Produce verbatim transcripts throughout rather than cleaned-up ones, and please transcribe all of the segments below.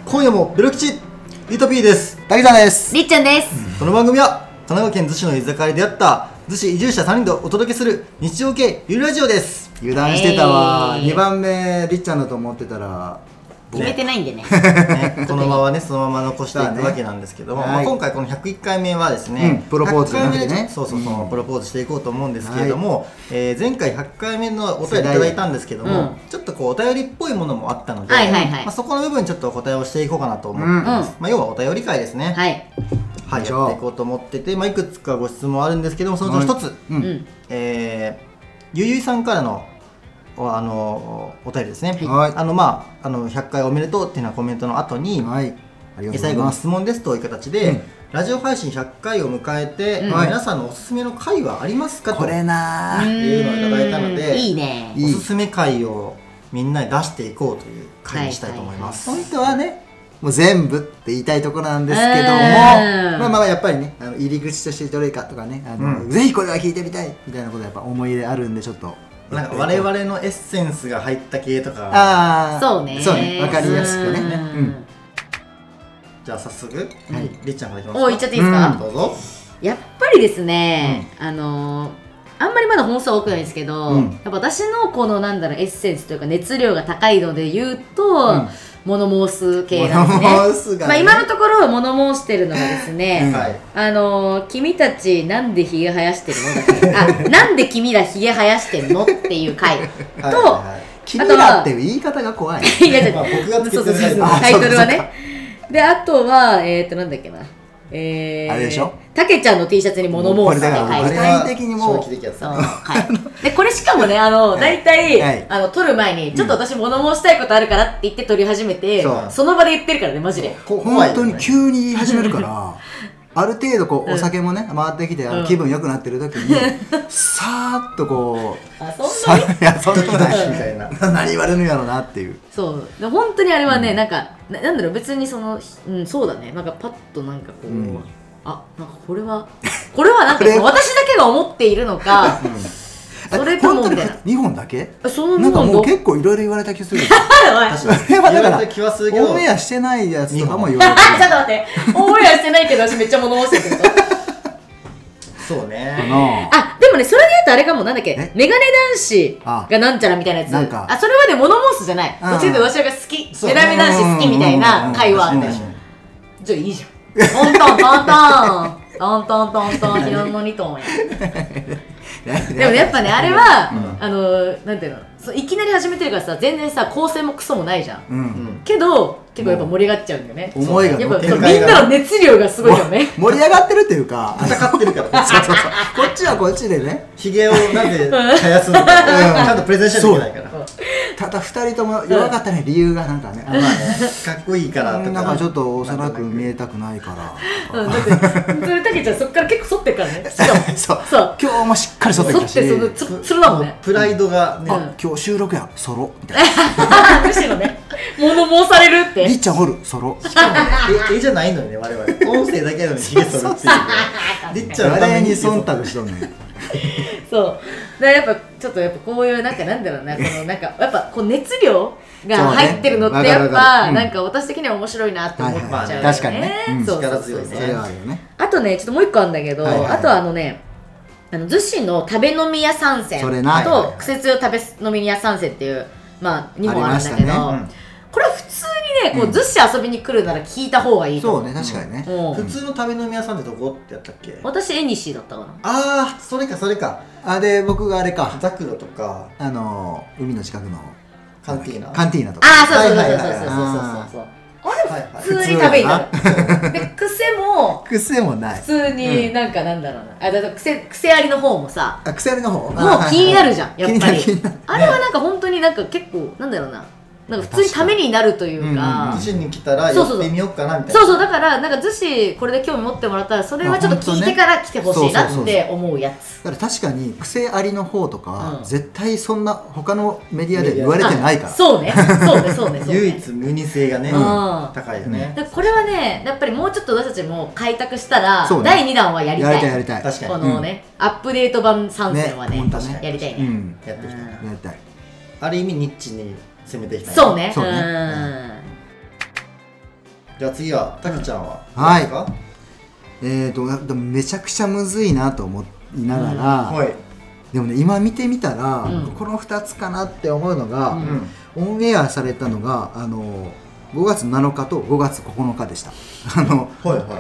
今夜もベロ吉ゆうとぴーです。 たけちゃんです。 りっちゃんです。 この番組は神奈川県逗子の居酒屋で出会った逗子移住者さんにんでお届けする日常系ゆるラジオです。 油断してたわ、えー、にばんめりっちゃんだと思ってたら決めてないんで ね, ねこのままねそのまま残していくわけなんですけども、ねまあ、今回このひゃくいっかいめはですね、 うん、プロポーズじゃなくてねそうそうそう、うん、プロポーズしていこうと思うんですけれども、はいえー、前回ひゃっかいめのお便りいただいたんですけども、うん、ちょっとこうお便りっぽいものもあったので、はいはいはいまあ、そこの部分ちょっとお答えをしていこうかなと思ってます、うんまあ、要はお便り会ですねはい、はい、やっていこうと思ってて、まあ、いくつかご質問あるんですけどもそのうちの一つ、うんうんえー、ゆゆいさんからのあのお便りですね、はいあのまあ、あのひゃっかいおめでとうっていうのはコメントの後に、はい、ありがとうございます最後に質問ですという形で、うん、ラジオ配信ひゃっかいを迎えて、うん、皆さんのおすすめの回はありますかとこれないうのをいただいたのでいいねおすすめ回をみんなで出していこうという回にしたいと思います、 はいはいはい、本当はねもう全部って言いたいところなんですけども、まあまあやっぱりねあの入り口としてどれかとかねあの、うん、ぜひこれは聞いてみたいみたいなことやっぱ思い入れあるんでちょっとなんか我々のエッセンスが入った系とかあそうねそうね分かりやすくね、うん、 じゃあ早速、はい、りっちゃんからいきますかおいっちゃっていいですか、 うん、どうぞやっぱりですね、うん、あのー、あんまりまだ本数は多くないですけど、うん、やっぱ私のこのなんだろうエッセンスというか熱量が高いので言うと、うん物申す系なんですね。ねまあ今のところ物申してるのがですね、はい、あのー、君たちなんでヒゲ生やしてるのだっけあなんで君らヒゲ生やしてるのっていう回とはいはい、はい、 君らっていう言い方が怖い。いやまあ僕がつけてるそうそうそうタイトルはね。であとはえっ、ー、となんだっけな。えー、 あれでしょたけちゃんの T シャツに物申すって書いて具体的にもうそう、はい、でこれしかもねあの大体、はい、あの撮る前にちょっと私物申したいことあるからって言って撮り始めて、うん、その場で言ってるからねマジで本当に急に言い始めるからある程度こう、うん、お酒もね回ってきて、うん、気分良くなってる時に、うん、さーっとこうあそんなにいやそんなことないみたいな何言われるんやろうなっていうそうで本当にあれはね、うん、なんかな, なんだろう別にその、うん、そうだねなんかパッとなんかこう、うん、あなんかこれはこれはなんか私だけが思っているのか、うんそれともみたいなにほんだけそのなんかもう結構いろいろ言われた気するそれはだからオンエアしてないやつとかも言われてるちょっと待ってオンエアしてないけど私めっちゃ物申してるけどそうねあでもねそれで言うとあれかもなんだっけメガネ男子がなんちゃらみたいなやつなんかあそれはね物申すじゃないどっちかというと私が好きメガネ男子好きみたいな会話あったでしょじゃあいいじゃんトントントントントントントントンひろのにトンやでもやっぱねあれは、うん、あのなんていうのそういきなり始めてるからさ全然さ構成もクソもないじゃん、うん、けど結構やっぱ盛り上がっちゃうんだよね、 うん、思いがやっぱみんなの熱量がすごいよね盛り上がってるっていうか戦ってるからそうそうそうこっちはこっちでねヒゲをなぜ生やすのかちゃんとプレゼンしないといけないからただふたりとも弱かったね、うん、理由がなんかね、 まあねかっこいいからとかなんかちょっとおそらく見えたくないからうんだってそれたけちゃんそっから結構反ってるからねしかもそうそう今日もしっかり反ってきたし反ってそのつるだもんねプライドがね、 うん、今日収録やソロみたいなむしろね物申されるってりっちゃん掘るソロしかもえ絵じゃないのにね我々音声だけなのにヒゲ剃るっていうりっちゃんのために忖度しとんねんそうだやっぱちょっとやっぱこういうなんかなんだろうなこのなんかやっぱこう熱量が入ってるのってやっぱなんか私的には面白いなって思っちゃうよね確かにねそう力強いねそれはあるよねあとねちょっともう一個あるんだけどあとはあのねあの逗子の食べ飲み屋参戦と苦節食べ飲み屋参戦っていうまあにほんあるんだけどこれは普通にねこう逗子遊びに来るなら聞いた方がいいとそうね確かにね普通の食べ飲み屋さんってどこってやったっけ私エニシーだったかなああそれかそれかあで僕があれかザクロとかあの海の近くのカンティーナカンティーナとかああそうそうそうそうそうそうそうあれ普通に食べになるで癖も癖もない普通になんかなんだろうなあだから癖癖ありの方もさあ癖ありの方もう気になるじゃんやっぱりあれはなんか本当になんか結構なんだろうななんか普通にためになるというか逗子に来たら寄ってみようかなみたいなそうそうだからなんか逗子これで興味持ってもらったらそれはちょっと聞いてから来てほしいなって思うやつだから確かに癖ありの方とか、うん、絶対そんな他のメディアで言われてないからそうねそうねそうね唯一無二性がね、うん、高いよね、 うん、これはねやっぱりもうちょっと私たちも開拓したら、ね、だいにだんはやりたいやりたいやりたい確かにこのね、うん、アップデート版参戦はね、ねやりたいね、 うん、やっていきたいな、 やりたいある意味ニッチに攻めていきたいそうねそうね、 うんじゃあ次はたけちゃんは何ですか？はい、えーとめちゃくちゃむずいなと思いながら、うんはい、でもね今見てみたら、うん、このふたつかなって思うのが、うん、オンエアされたのがあのごがつなのかとごがつここのかでした。あの、はいはい、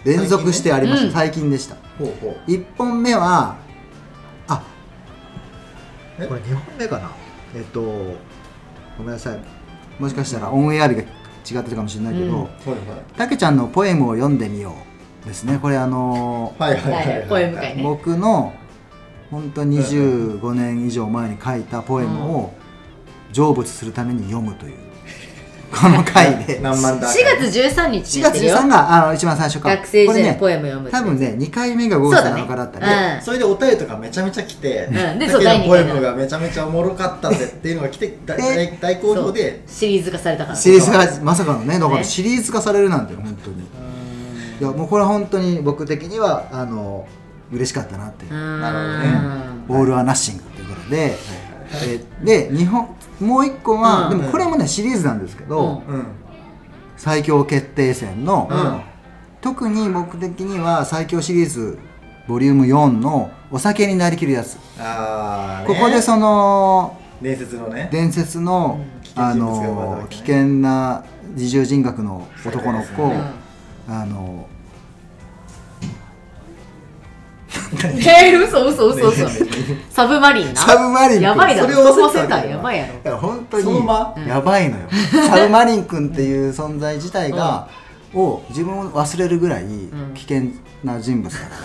連続してありました。最近でした。ほうほういっぽんめはあこれにほんめかな、えっとごめんなさい、もしかしたらオンエア日が違ってたかもしれないけど、たけちゃんのポエムを読んでみようですね。これあのポエム会ね、 僕の本当にじゅうごねん以上前に書いたポエムを成仏するために読むというこの回で何万だしがつじゅうさんにちしがつじゅうさんがあの一番最初か。 学生時代のポエム読む、 ね、多分ねにかいめがごがつなのかだったね。 それでお便りとかめちゃめちゃ来て、うん、でそのポエムがめちゃめちゃおもろかったぜっていうのが来て大, 大好評でシリーズ化されたから、 シリーズ化まさかのね、だからシリーズ化されるなんて本当に、いやもうこれは本当に僕的にはあの嬉しかったなっていう。なるほどね。オールはナッシングということで、はいはい、で日本もう一個は、うん、でもこれもねシリーズなんですけど、うん、最強決定戦の、うん、特に僕的には最強シリーズボリュームよんのお酒になりきるやつ。あ、ね、ここでその伝説のね伝説の、うん、あの、ね、危険な自重人格の男の子、ね、あのえー、嘘嘘嘘嘘サブマリンなサブマリンやばいだろ、それを忘れたらやばいやろ。 いや本当にやばいのよ、うん、サブマリン君っていう存在自体が、うん、を自分を忘れるぐらい危険な人物だから、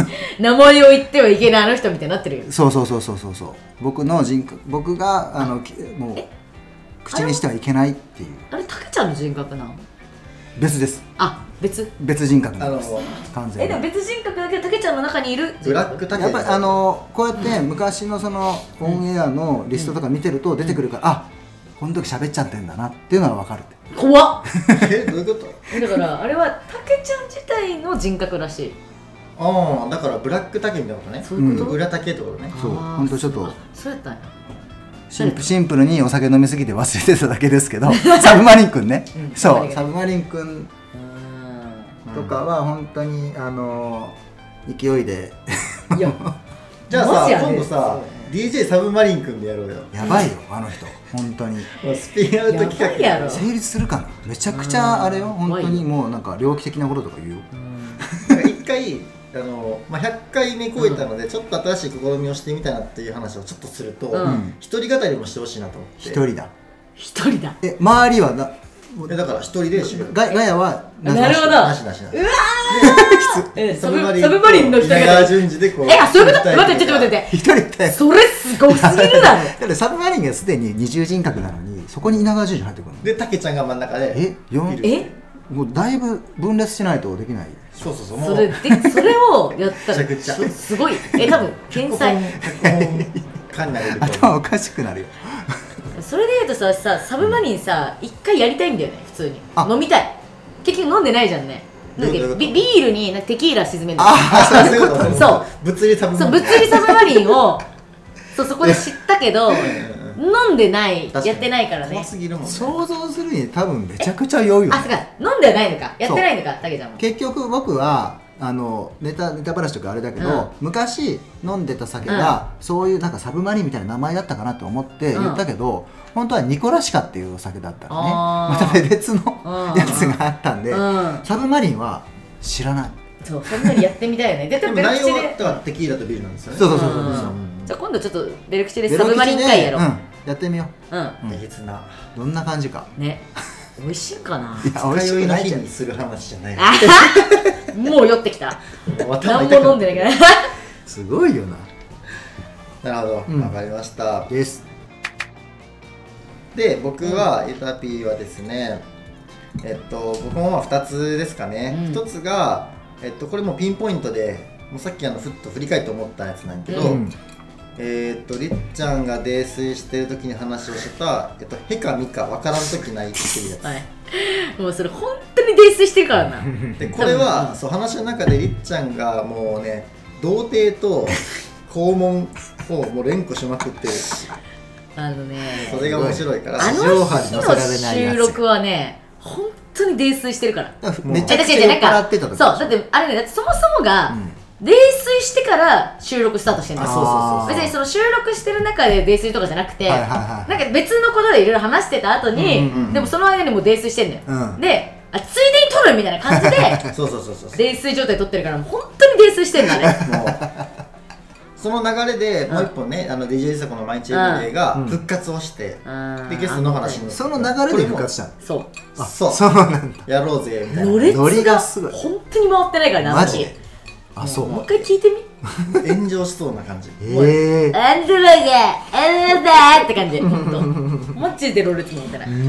うん、名前を言ってはいけないあの人みたいになってるよ。 そうそうそうそうそうそう、僕の人格、僕があのもう口にしてはいけないっていう。 あれたけちゃんの人格なの？ 別です。 あ、別別人格なんです。完全に。 え、でも別人格だけどたけちゃんの中にいるブラックたけ。 やっぱりあのこうやって昔のそのオンエアのリストとか見てると出てくるから、うん、あ、この時喋っちゃってんだなっていうのは分かるって。 怖っ。 え、どういうこと？ え、だからあれはたけちゃん自体の人格らしい。 ああ、だからブラックたけみたいなことね。そういうこと。裏たけってことね。 そう、本当ちょっと。 そうやったんや。 シンプ、シンプルにお酒飲みすぎて忘れてただけですけどサブマリンくんね、うん、そうサブマリンくんとかは本当にあの勢いでいやじゃあさ、今度さ ディージェー サブマリンくんでやろうよ。 やばいよあの人本当にスピンアウト企画成立するかな。めちゃくちゃあれよ本当にもうなんか猟奇的なこととか言うよ。 一回あのまあ、ひゃっかいめ超えたので、うん、ちょっと新しい試みをしてみたいなっていう話をちょっとすると、うん、一人語りもしてほしいなと思って。 一人だ一人だえ、周りはなえだから一人でしよう。 ガヤはなるほどなしなしなし。 うわーサブマリンの人が順次でこうえ、あ、そういうこと？待ってちょっと待って一人ってそれすごすぎるだろ。 だってサブマリンがすでに二重人格なのにそこに稲川淳二入ってくるので、たけちゃんが真ん中でえ、えもうだいぶ分裂しないとできない。 そうそうそう。 それでそれをやったらすごい。え、多分天才。 頭おかしくなるよ。 それでいうとさ、さサブマリンさ一回やりたいんだよね普通に。飲みたい。結局飲んでないじゃんね。なんかビビールになんかテキーラ沈めるの。 あ、そういうこと。 そう。 物理サブマリン。 そう物理サブマリンをそうそこで知ったけど。飲んでないやってないからね。 想像するに多分めちゃくちゃ酔うよ、ね、 あ、そうか飲んではないのかやってないのかたけちゃんも。 結局僕はあのネタネタ話とかあれだけど、うん、昔飲んでた酒が、うん、そういうなんかサブマリンみたいな名前だったかなと思って言ったけど、うん、本当はニコラシカっていうお酒だったのね。また別のやつがあったんで、うん、サブマリンは知らない。 そうサブマリンやってみたいよね。でも内容はテキーラとビールなんですよね。 そうそうそうそう、うん、 じゃあ今度ちょっとベルクチでサブマリン会やろう、うん、 やってみよう。うん。 えげつな。 どんな感じか。 ね。美味しいかな。 いや美味しいの日にする話じゃない。 もう酔ってきた。何も飲んでないから。 すごいよな。なるほど。わかりました。 です。 で僕はエタピーはですね、えっと僕もまあふたつですかね。ひとつがえっとこれもピンポイントで、もうさっきあのふっと振り返って思ったやつなんやけど。えー、っとりっちゃんが泥酔してる時に話をしてた、えっと、へかみか分からん時ないっていうやつ、はい、 もうそれ本当に泥酔してるからな。 でこれはそう話の中でりっちゃんがもうね童貞と肛門をもう連呼しまくってるしあのねそれが面白いからあの日の収録はね本当当に泥酔してるから。 めちゃくちゃ酔っ払ってた時。 そうだってあれね、だってそもそもが、うん泥酔してから収録スタートしてるんですよ。別にその収録してる中で泥酔とかじゃなくて、はいはいはい、なんか別のことでいろいろ話してた後に、うんうんうん、でもその間にもう泥酔してんだよ、うん、であついでに撮るみたいな感じでそうそうそうそう泥酔状態撮ってるからもう本当に泥酔してんだねもうその流れでもう一本ね、うん、あの ディージェー リサコの毎日エブリデイが復活をして、うん、でゲストの話にその流れで復活したの。 そうあそうそうなんだ。 やろうぜみたいなノリがすごい本当に回ってないからね。 マジであそうもう一回聞いてみ炎上しそうな感じ。 ええー。アンドロがアンドだって感じ。本当。マジでロレツみたいな。うん。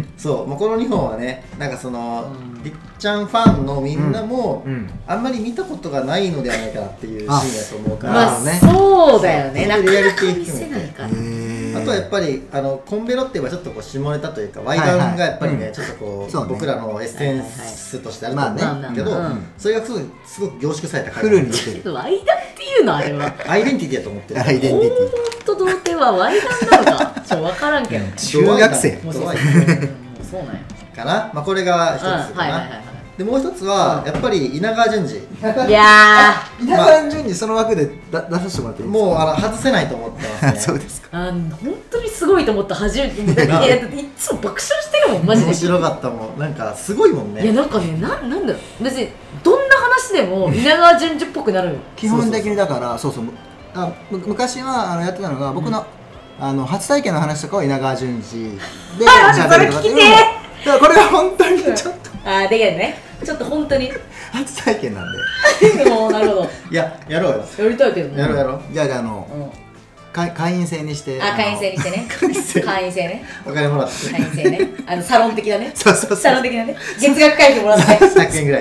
そうもうこのにほんはねなんかそのりっちゃんファンのみんなも、うん、あんまり見たことがないのではないかなっていうシーンだと思うから。 まあね。そうだよね。なかなか見せないから。 あとはやっぱりあのコンベロって言えばちょっとこう下ネタというかワイガンがやっぱりね、はいはい、ちょっとこう、うん、僕らのエッセンスとしてあると思うんだけど、それがすごくすごく凝縮されたフルに出てる。 ワイダンっていうのあれはアイデンティティだと思ってる。 アイデンティティ。 本当童貞はワイダンなのかちょっと分からんけど中学生もうそうなんやかな。まあこれが一つかな。でもう一つはやっぱり稲川淳二。 いやー稲川淳二その枠で出させてもらっていいですか。 もうあの外せないと思ってますねそうですか。 あの本当にすごいと思った初めていつも爆笑してるもんマジで。 面白かったもんなんかすごいもんね。 いやなんかねななんだろう別にどんな話でも稲川淳二っぽくなる基本的にだからそうそうあ昔はあのやってたのが僕の、うん、あの初体験の話とかを稲川淳二で喋るとかっていうのもだからこれは本当にちょっとああできるねちょっと本当に初体験なんでもうなるほどいややろうよやりたいけどねやろうやろうじゃああの、うん、会員制にしてあ会員制にしてね会員制ねお金もらって会員制ねあのサロン的なねそうそうそうサロン的なね月額会費もらってひゃくえんぐらい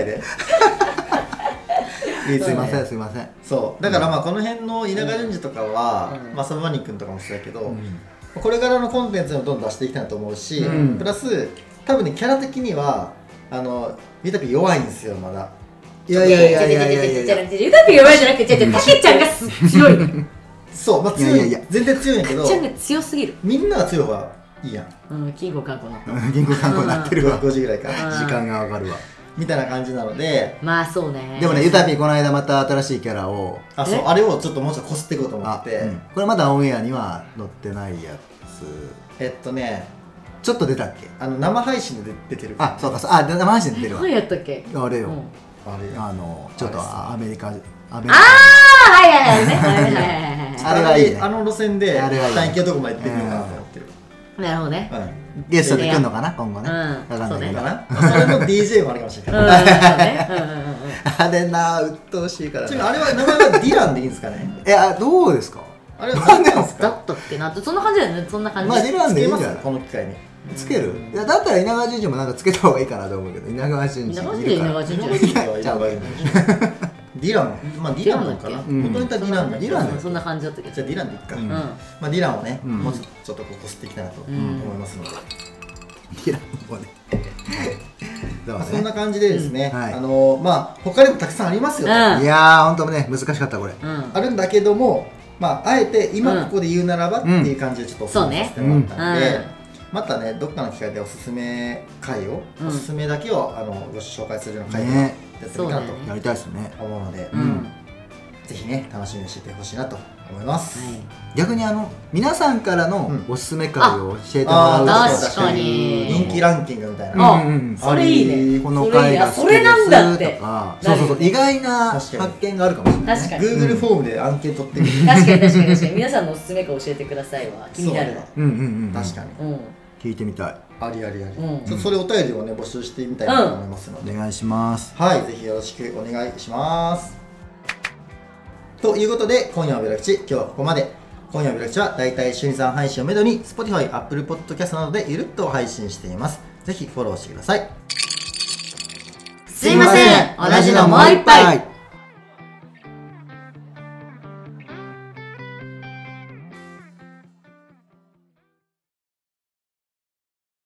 ですいませんすいません。 そうだからまあこの辺の稲川淳二とかは、うん、まあサブマニ君とかもそうだけど、うん、これからのコンテンツをどんどん出していきたいなと思うし、うん、プラス多分ねキャラ的にはあのユタピ弱いんですよまだ。 いやいやいやいやいやいやいやユタピ弱いじゃなくてたけちゃんが強いのそうまあ強いいやいや全然強いんだけどたけちゃんが強すぎるみんなが強い方がいいやん。 うん金庫観光なった銀行観光なってるわごじぐらいか時間がわかるわみたいな感じなのでまあそうね。 でもねユタピーこの間また新しいキャラをあそうあれをちょっともうちょっとこすっていこうと思って、うん、 これまだオンエアには載ってないやつえっとねちょっと出たっけあの生配信で出てるあそうかそうあ生配信で出てるわ何やったっけあれよ、うん、 あれあのちょっとアメリカアメリカああはいはいはいねはいはいはいあれはいいねあの路線で短期はどこまで出てるかなと思ってる。 なるほどね、 うん、ゲストで来るのかな今後ね、うん、 分かんないけどなそれも ディージェー もあるかもしれないあれな鬱陶しいから、ね、 あれは名前はディランでいいんですかねいやどうですかあれは何なんですかだったっけなそんな感じだよねそんな感じまあディランでいいんじゃないこの機会につけるいやだったら稲川淳二もなんかつけた方がいいかなと思うけど稲川淳二稲川淳二ディラン、まあディランなのかな。元ネタディランだ。 ディランそんな感じだったけど。 じゃあディランでいっか。まあディランをね、もうちょっとこうこすっていきたいなと思いますので。 ディランもね。 そんな感じでですね、あのまあ他にもたくさんありますよ。いやー本当ね難しかったこれ。 あるんだけども、まああえて今ここで言うならばっていう感じでちょっとおすすめさせてもらったんで。またねどっかの機会でおすすめ回を、おすすめだけをあのご紹介するような回をやってみたいなとやりたいですね思うので、ぜひね楽しみにしていてほしいなと思います。 逆にあの皆さんからのおすすめ回を教えてもらうと確かに人気ランキングみたいなそれいいねこの回が好きですとかそうそうそう意外な発見があるかもしれない。 確かに Google フォームでアンケート取ってみる。 確かに確かに確かに皆さんのおすすめ回教えてくださいわ気になるわ。 うんうんうん確かに聞いてみたい。 ありありあり、うん、それお便りをね募集してみたいなと思いますので、 うん、お願いします。 はいぜひよろしくお願いします。ということで今夜はベラ吉今日はここまで。今夜はベラ吉はだいたい週にさん配信をめどに Spotify、Apple Podcast などでゆるっと配信しています。ぜひフォローしてください。 すいません同じのもう一杯。